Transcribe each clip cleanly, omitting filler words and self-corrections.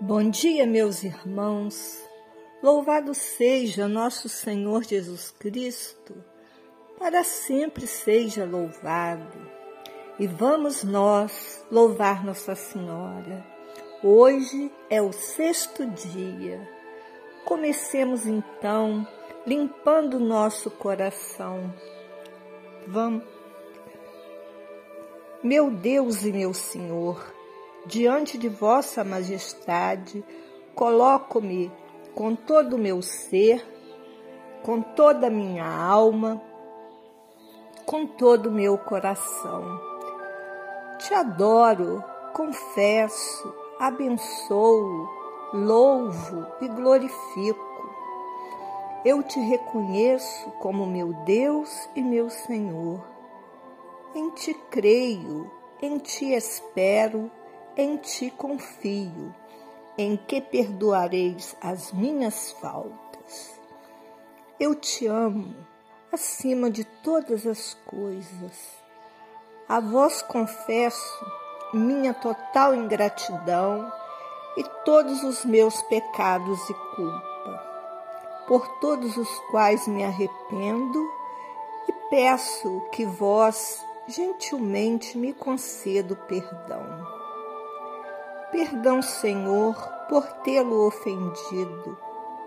Bom dia, meus irmãos. Louvado seja nosso Senhor Jesus Cristo, para sempre seja louvado. E vamos nós louvar Nossa Senhora. Hoje é o 6º dia. Comecemos então limpando nosso coração. Vamos. Meu Deus e meu Senhor, diante de vossa majestade, coloco-me com todo o meu ser, com toda a minha alma, com todo o meu coração. Te adoro, confesso, abençoo, louvo e glorifico. Eu te reconheço como meu Deus e meu Senhor. Em ti creio, em ti espero, em ti confio, em que perdoareis as minhas faltas. Eu te amo acima de todas as coisas. A vós confesso minha total ingratidão e todos os meus pecados e culpa, por todos os quais me arrependo e peço que vós gentilmente me conceda o perdão. Perdão, Senhor, por tê-lo ofendido.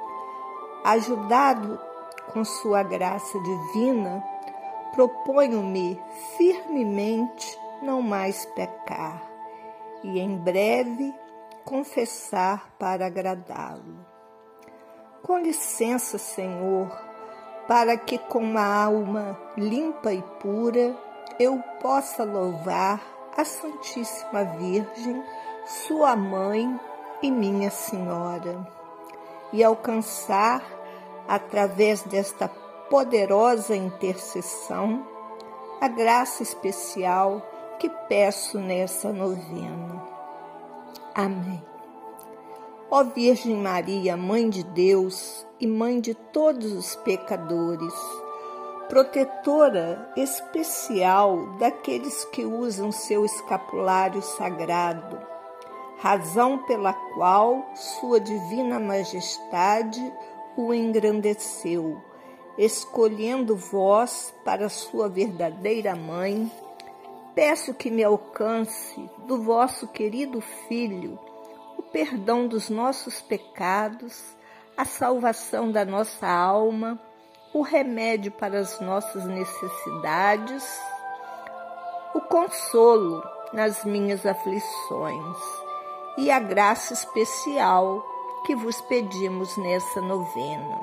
Ajudado com sua graça divina, proponho-me firmemente não mais pecar e em breve confessar para agradá-lo. Com licença, Senhor, para que com uma alma limpa e pura eu possa louvar a Santíssima Virgem, sua mãe e minha Senhora, e alcançar, através desta poderosa intercessão, a graça especial que peço nessa novena. Amém. Ó Virgem Maria, Mãe de Deus e Mãe de todos os pecadores, protetora especial daqueles que usam seu escapulário sagrado, razão pela qual Sua Divina Majestade o engrandeceu, escolhendo vós para sua verdadeira mãe, peço que me alcance do vosso querido Filho o perdão dos nossos pecados, a salvação da nossa alma, o remédio para as nossas necessidades, o consolo nas minhas aflições e a graça especial que vos pedimos nessa novena.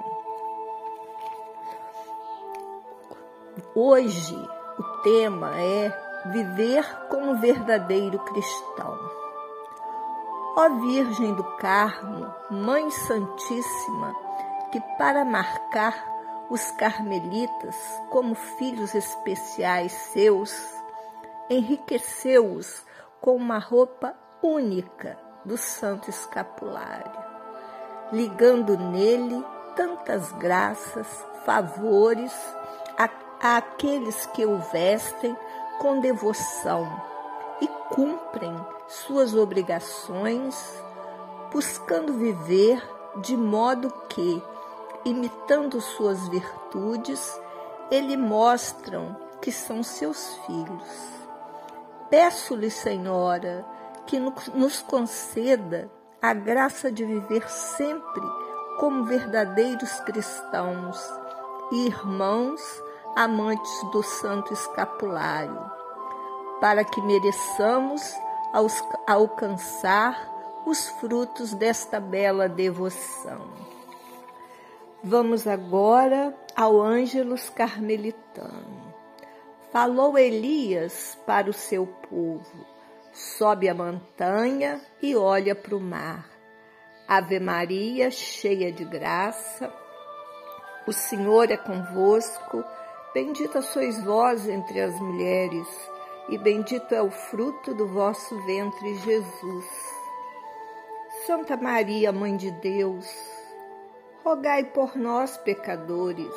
Hoje o tema é viver como verdadeiro cristão. Ó Virgem do Carmo, Mãe Santíssima, que para marcar os carmelitas como filhos especiais seus, enriqueceu-os com uma roupa única do Santo Escapulário, ligando nele tantas graças, favores àqueles que o vestem com devoção e cumprem suas obrigações, buscando viver de modo que, imitando suas virtudes, ele mostram que são seus filhos. Peço-lhe, Senhora, que nos conceda a graça de viver sempre como verdadeiros cristãos e irmãos amantes do Santo Escapulário, para que mereçamos alcançar os frutos desta bela devoção. Vamos agora ao Ângelus Carmelitano. Falou Elias para o seu povo: sobe a montanha e olha para o mar. Ave Maria, cheia de graça, o Senhor é convosco, bendita sois vós entre as mulheres, e bendito é o fruto do vosso ventre, Jesus. Santa Maria, Mãe de Deus, rogai por nós, pecadores,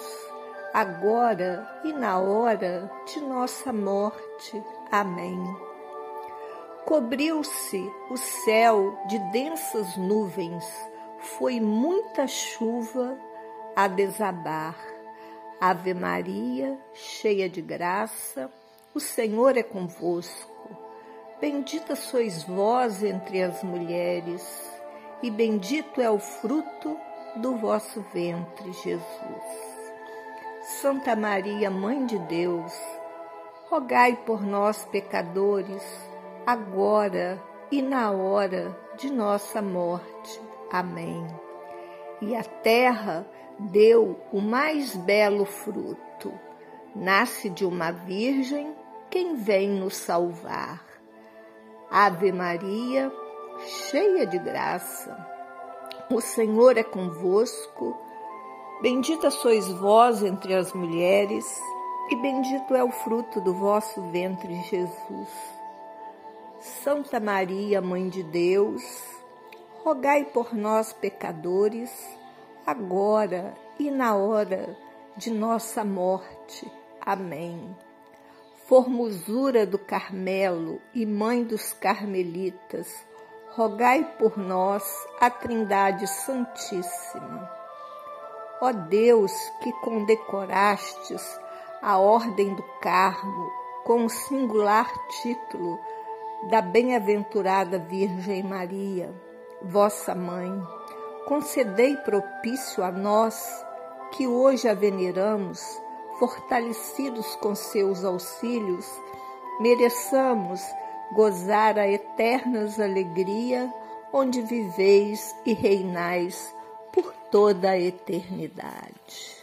agora e na hora de nossa morte. Amém. Cobriu-se o céu de densas nuvens, foi muita chuva a desabar. Ave Maria, cheia de graça, o Senhor é convosco. Bendita sois vós entre as mulheres, e bendito é o fruto do vosso ventre, Jesus. Santa Maria, Mãe de Deus, rogai por nós, pecadores, agora e na hora de nossa morte. Amém. E a terra deu o mais belo fruto. Nasce de uma virgem quem vem nos salvar. Ave Maria, cheia de graça, o Senhor é convosco. Bendita sois vós entre as mulheres, e bendito é o fruto do vosso ventre, Jesus. Santa Maria, Mãe de Deus, rogai por nós, pecadores, agora e na hora de nossa morte. Amém. Formosura do Carmelo e Mãe dos Carmelitas, rogai por nós, a Trindade Santíssima. Ó Deus, que condecorastes a Ordem do Carmo com o singular título da Bem-aventurada Virgem Maria, vossa Mãe, concedei propício a nós, que hoje a veneramos, fortalecidos com seus auxílios, mereçamos gozar a eternas alegria onde viveis e reinais por toda a eternidade.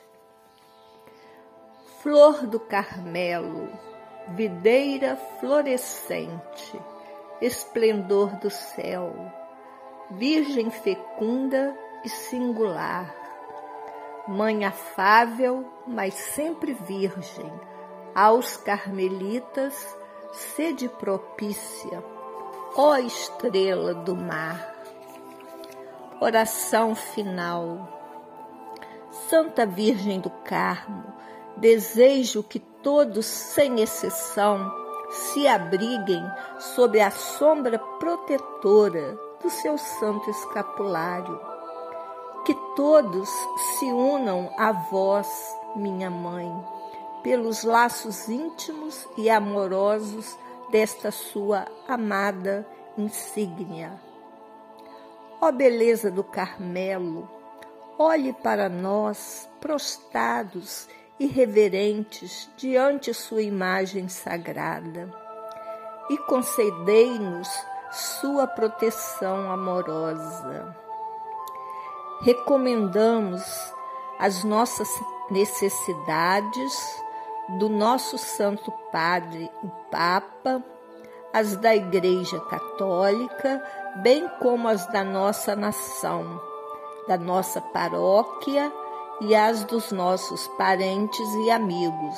Flor do Carmelo, videira florescente, esplendor do céu, Virgem fecunda e singular, Mãe afável, mas sempre virgem, aos carmelitas sede propícia, ó estrela do mar. Oração final. Santa Virgem do Carmo, desejo que todos, sem exceção, se abriguem sob a sombra protetora do seu santo escapulário. Que todos se unam a vós, minha Mãe, pelos laços íntimos e amorosos desta sua amada insígnia. Ó beleza do Carmelo, olhe para nós, prostrados e reverentes diante sua imagem sagrada, e concedei-nos sua proteção amorosa. Recomendamos as nossas necessidades do nosso Santo Padre, o Papa, as da Igreja Católica, bem como as da nossa nação, da nossa paróquia e as dos nossos parentes e amigos,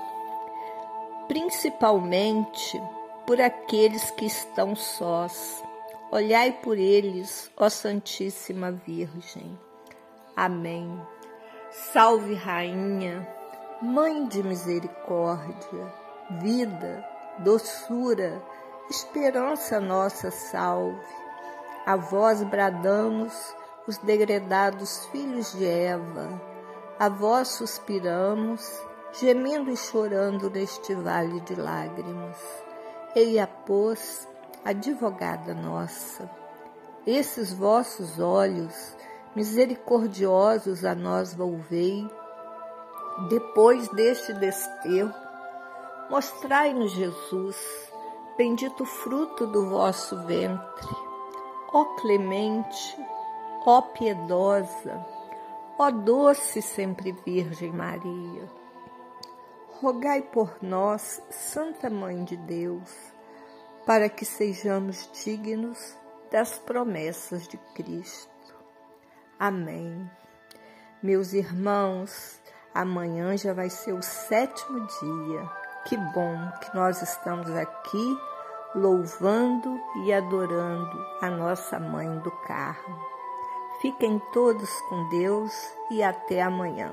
principalmente por aqueles que estão sós. Olhai por eles, ó Santíssima Virgem. Amém. Salve, Rainha, Mãe de misericórdia, vida, doçura, esperança nossa, salve. A vós bradamos, os degredados filhos de Eva, a vós suspiramos, gemendo e chorando neste vale de lágrimas. Eia, pois, advogada nossa, esses vossos olhos misericordiosos a nós volvei, depois deste desterro, mostrai-nos Jesus, bendito fruto do vosso ventre. Ó clemente, ó piedosa, ó doce sempre Virgem Maria, rogai por nós, Santa Mãe de Deus, para que sejamos dignos das promessas de Cristo. Amém. Meus irmãos, amanhã já vai ser o 7º dia. Que bom que nós estamos aqui louvando e adorando a nossa Mãe do Carmo. Fiquem todos com Deus e até amanhã.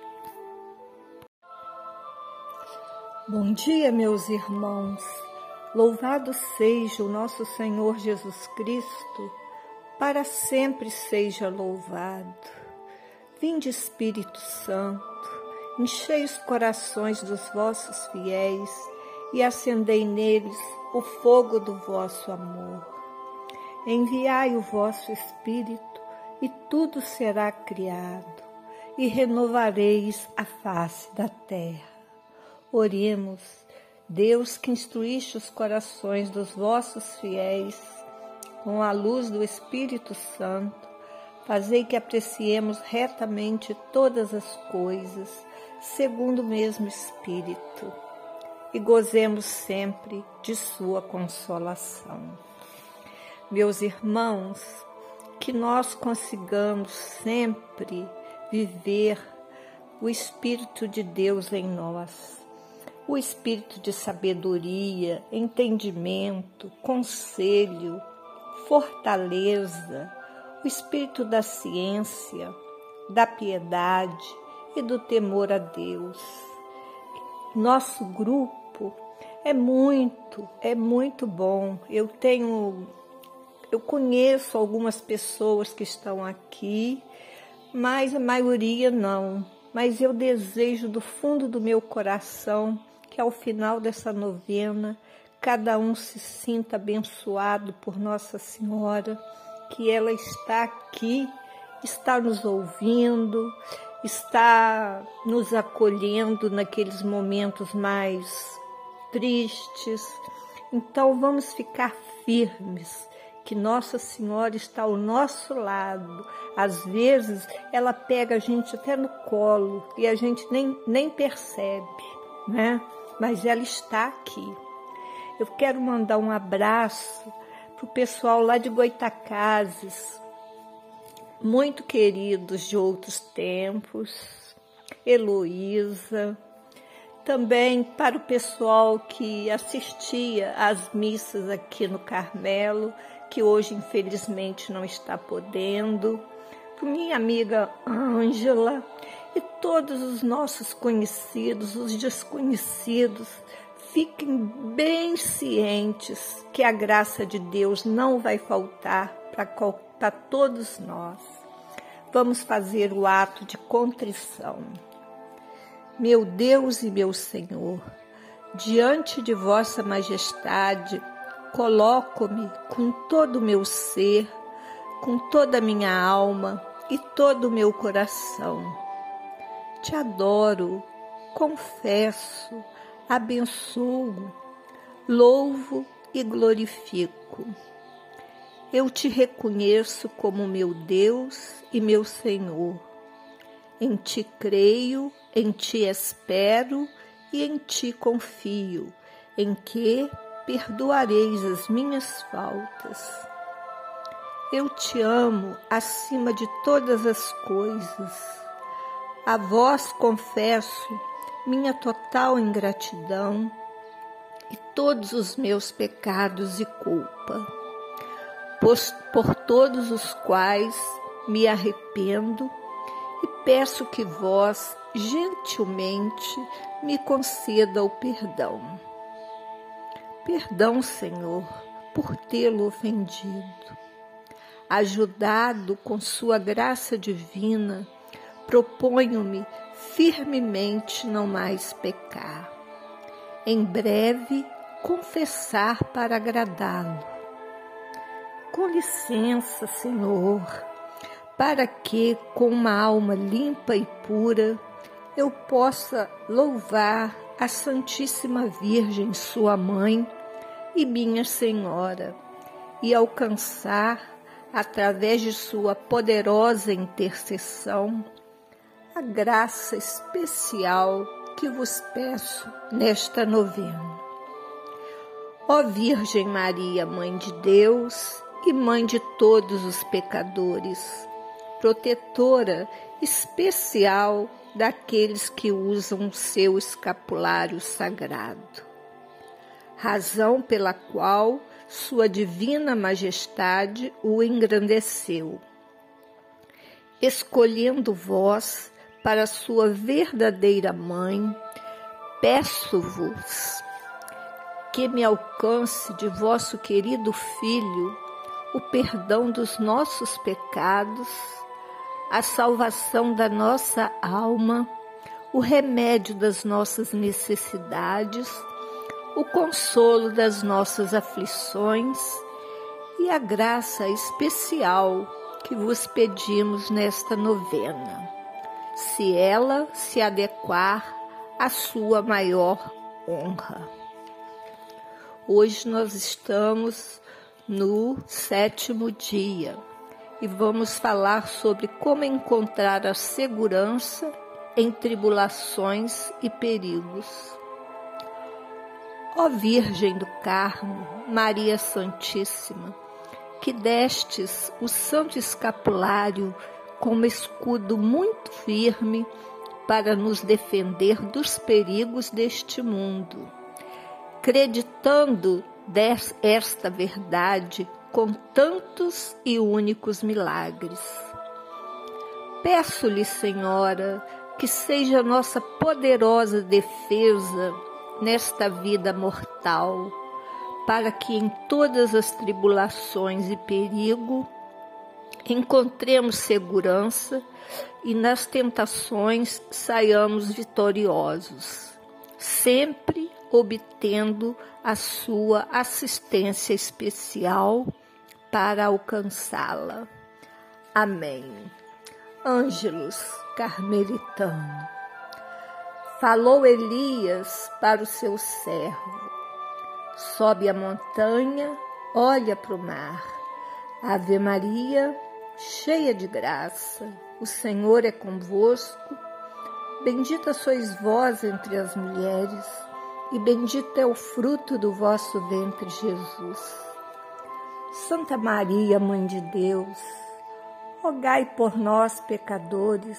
Bom dia, meus irmãos. Louvado seja o nosso Senhor Jesus Cristo, para sempre seja louvado. Vinde, Espírito Santo, enchei os corações dos vossos fiéis e acendei neles o fogo do vosso amor. Enviai o vosso Espírito e tudo será criado, e renovareis a face da terra. Oremos. Deus, que instruíste os corações dos vossos fiéis com a luz do Espírito Santo, fazei que apreciemos retamente todas as coisas, segundo o mesmo Espírito, e gozemos sempre de sua consolação. Meus irmãos, que nós consigamos sempre viver o Espírito de Deus em nós. O espírito de sabedoria, entendimento, conselho, fortaleza, o espírito da ciência, da piedade e do temor a Deus. Nosso grupo é muito bom. Eu conheço algumas pessoas que estão aqui, mas a maioria não. Mas eu desejo do fundo do meu coração que ao final dessa novena, cada um se sinta abençoado por Nossa Senhora, que ela está aqui, está nos ouvindo, está nos acolhendo naqueles momentos mais tristes. Então vamos ficar firmes, que Nossa Senhora está ao nosso lado. Às vezes ela pega a gente até no colo e a gente nem percebe, né? Mas ela está aqui. Eu quero mandar um abraço para o pessoal lá de Goitacazes, muito queridos de outros tempos, Heloísa, também para o pessoal que assistia às missas aqui no Carmelo, que hoje infelizmente não está podendo, para minha amiga Ângela e todos os nossos conhecidos, os desconhecidos. Fiquem bem cientes que a graça de Deus não vai faltar para todos nós. Vamos fazer o ato de contrição. Meu Deus e meu Senhor, diante de vossa majestade, coloco-me com todo o meu ser, com toda a minha alma e todo o meu coração. Te adoro, confesso, abençoo, louvo e glorifico. Eu te reconheço como meu Deus e meu Senhor. Em ti creio, em ti espero e em ti confio, em que perdoareis as minhas faltas. Eu te amo acima de todas as coisas. A vós confesso minha total ingratidão e todos os meus pecados e culpa, por todos os quais me arrependo e peço que vós, gentilmente, me conceda o perdão. Perdão, Senhor, por tê-lo ofendido. Ajudado com sua graça divina, proponho-me firmemente não mais pecar. Em breve, confessar para agradá-lo. Com licença, Senhor, para que, com uma alma limpa e pura, eu possa louvar a Santíssima Virgem, sua mãe e minha Senhora, e alcançar, através de sua poderosa intercessão, a graça especial que vos peço nesta novena. Ó Virgem Maria, Mãe de Deus e Mãe de todos os pecadores, protetora especial daqueles que usam o seu escapulário sagrado, razão pela qual Sua Divina Majestade o engrandeceu, escolhendo vós para sua verdadeira mãe, peço-vos que me alcance de vosso querido Filho o perdão dos nossos pecados, a salvação da nossa alma, o remédio das nossas necessidades, o consolo das nossas aflições e a graça especial que vos pedimos nesta novena, se ela se adequar à sua maior honra. Hoje nós estamos no 7º dia e vamos falar sobre como encontrar a segurança em tribulações e perigos. Ó Virgem do Carmo, Maria Santíssima, que destes o santo escapulário como escudo muito firme para nos defender dos perigos deste mundo, acreditando esta verdade com tantos e únicos milagres. Peço-lhe, Senhora, que seja nossa poderosa defesa nesta vida mortal, para que em todas as tribulações e perigo encontremos segurança e nas tentações saiamos vitoriosos, sempre obtendo a sua assistência especial para alcançá-la. Amém. Ângelus Carmelitano. Falou Elias para o seu servo: sobe a montanha, olha para o mar. Ave Maria, cheia de graça, o Senhor é convosco. Bendita sois vós entre as mulheres, e bendito é o fruto do vosso ventre, Jesus. Santa Maria, Mãe de Deus, rogai por nós, pecadores,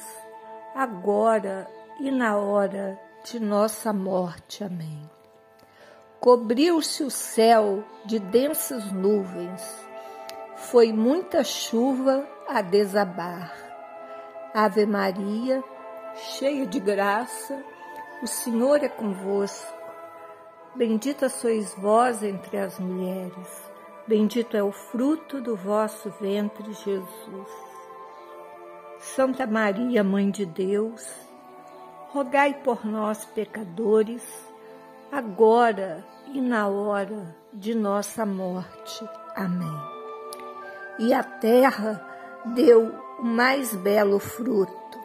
agora e na hora de nossa morte. Amém. Cobriu-se o céu de densas nuvens, foi muita chuva a desabar. Ave Maria, cheia de graça, o Senhor é convosco. Bendita sois vós entre as mulheres, bendito é o fruto do vosso ventre, Jesus. Santa Maria, Mãe de Deus, rogai por nós, pecadores, agora e na hora de nossa morte. Amém. E a terra deu o mais belo fruto.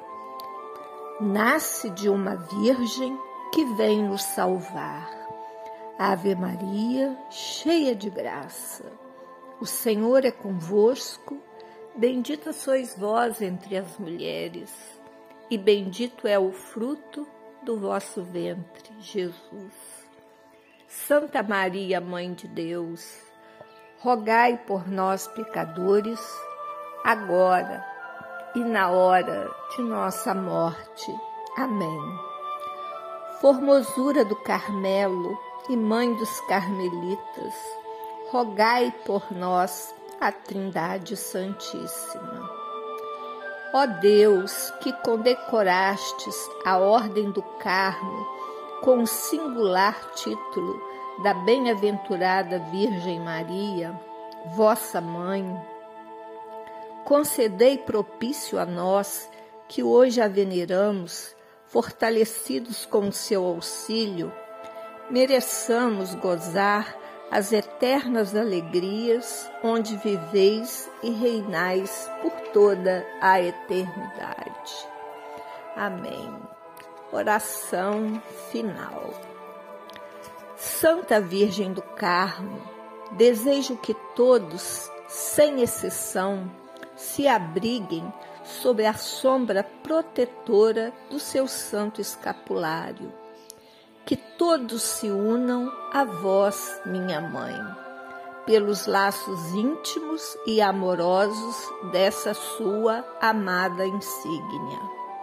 Nasce de uma virgem que vem nos salvar. Ave Maria, cheia de graça, o Senhor é convosco. Bendita sois vós entre as mulheres, e bendito é o fruto do vosso ventre, Jesus. Santa Maria, Mãe de Deus, rogai por nós, pecadores, agora e na hora de nossa morte. Amém. Formosura do Carmelo e Mãe dos Carmelitas, rogai por nós, a Trindade Santíssima. Ó Deus, que condecorastes a Ordem do Carmo com o singular título da Bem-aventurada Virgem Maria, vossa Mãe, concedei propício a nós, que hoje a veneramos, fortalecidos com o seu auxílio, mereçamos gozar as eternas alegrias onde viveis e reinais por toda a eternidade. Amém. Oração final. Santa Virgem do Carmo, desejo que todos, sem exceção, se abriguem sob a sombra protetora do seu santo escapulário. Que todos se unam a vós, minha Mãe, pelos laços íntimos e amorosos dessa sua amada insígnia.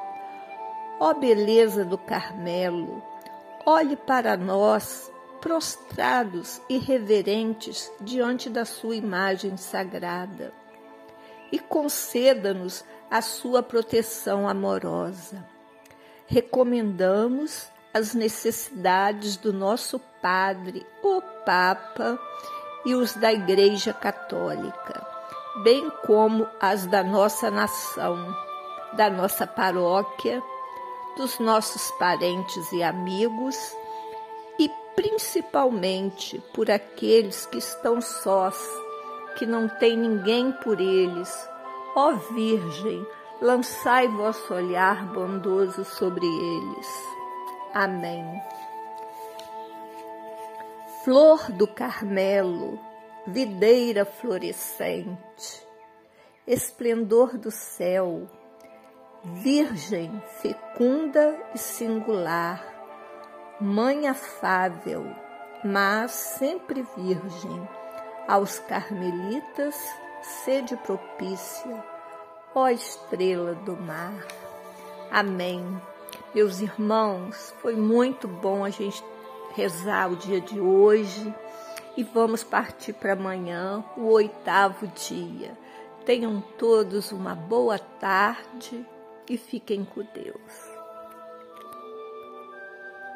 Ó beleza do Carmelo, olhe para nós, prostrados e reverentes diante da sua imagem sagrada, e conceda-nos a sua proteção amorosa. Recomendamos as necessidades do nosso padre, o Papa e os da Igreja Católica, bem como as da nossa nação, da nossa paróquia, dos nossos parentes e amigos, e principalmente por aqueles que estão sós, que não tem ninguém por eles. Ó Virgem, lançai vosso olhar bondoso sobre eles. Amém. Flor do Carmelo, videira florescente, esplendor do céu, Virgem fecunda e singular, mãe afável, mas sempre virgem, aos carmelitas sede propícia, ó estrela do mar. Amém. Meus irmãos, foi muito bom a gente rezar o dia de hoje e vamos partir para amanhã, o 8º dia. Tenham todos uma boa tarde e fiquem com Deus.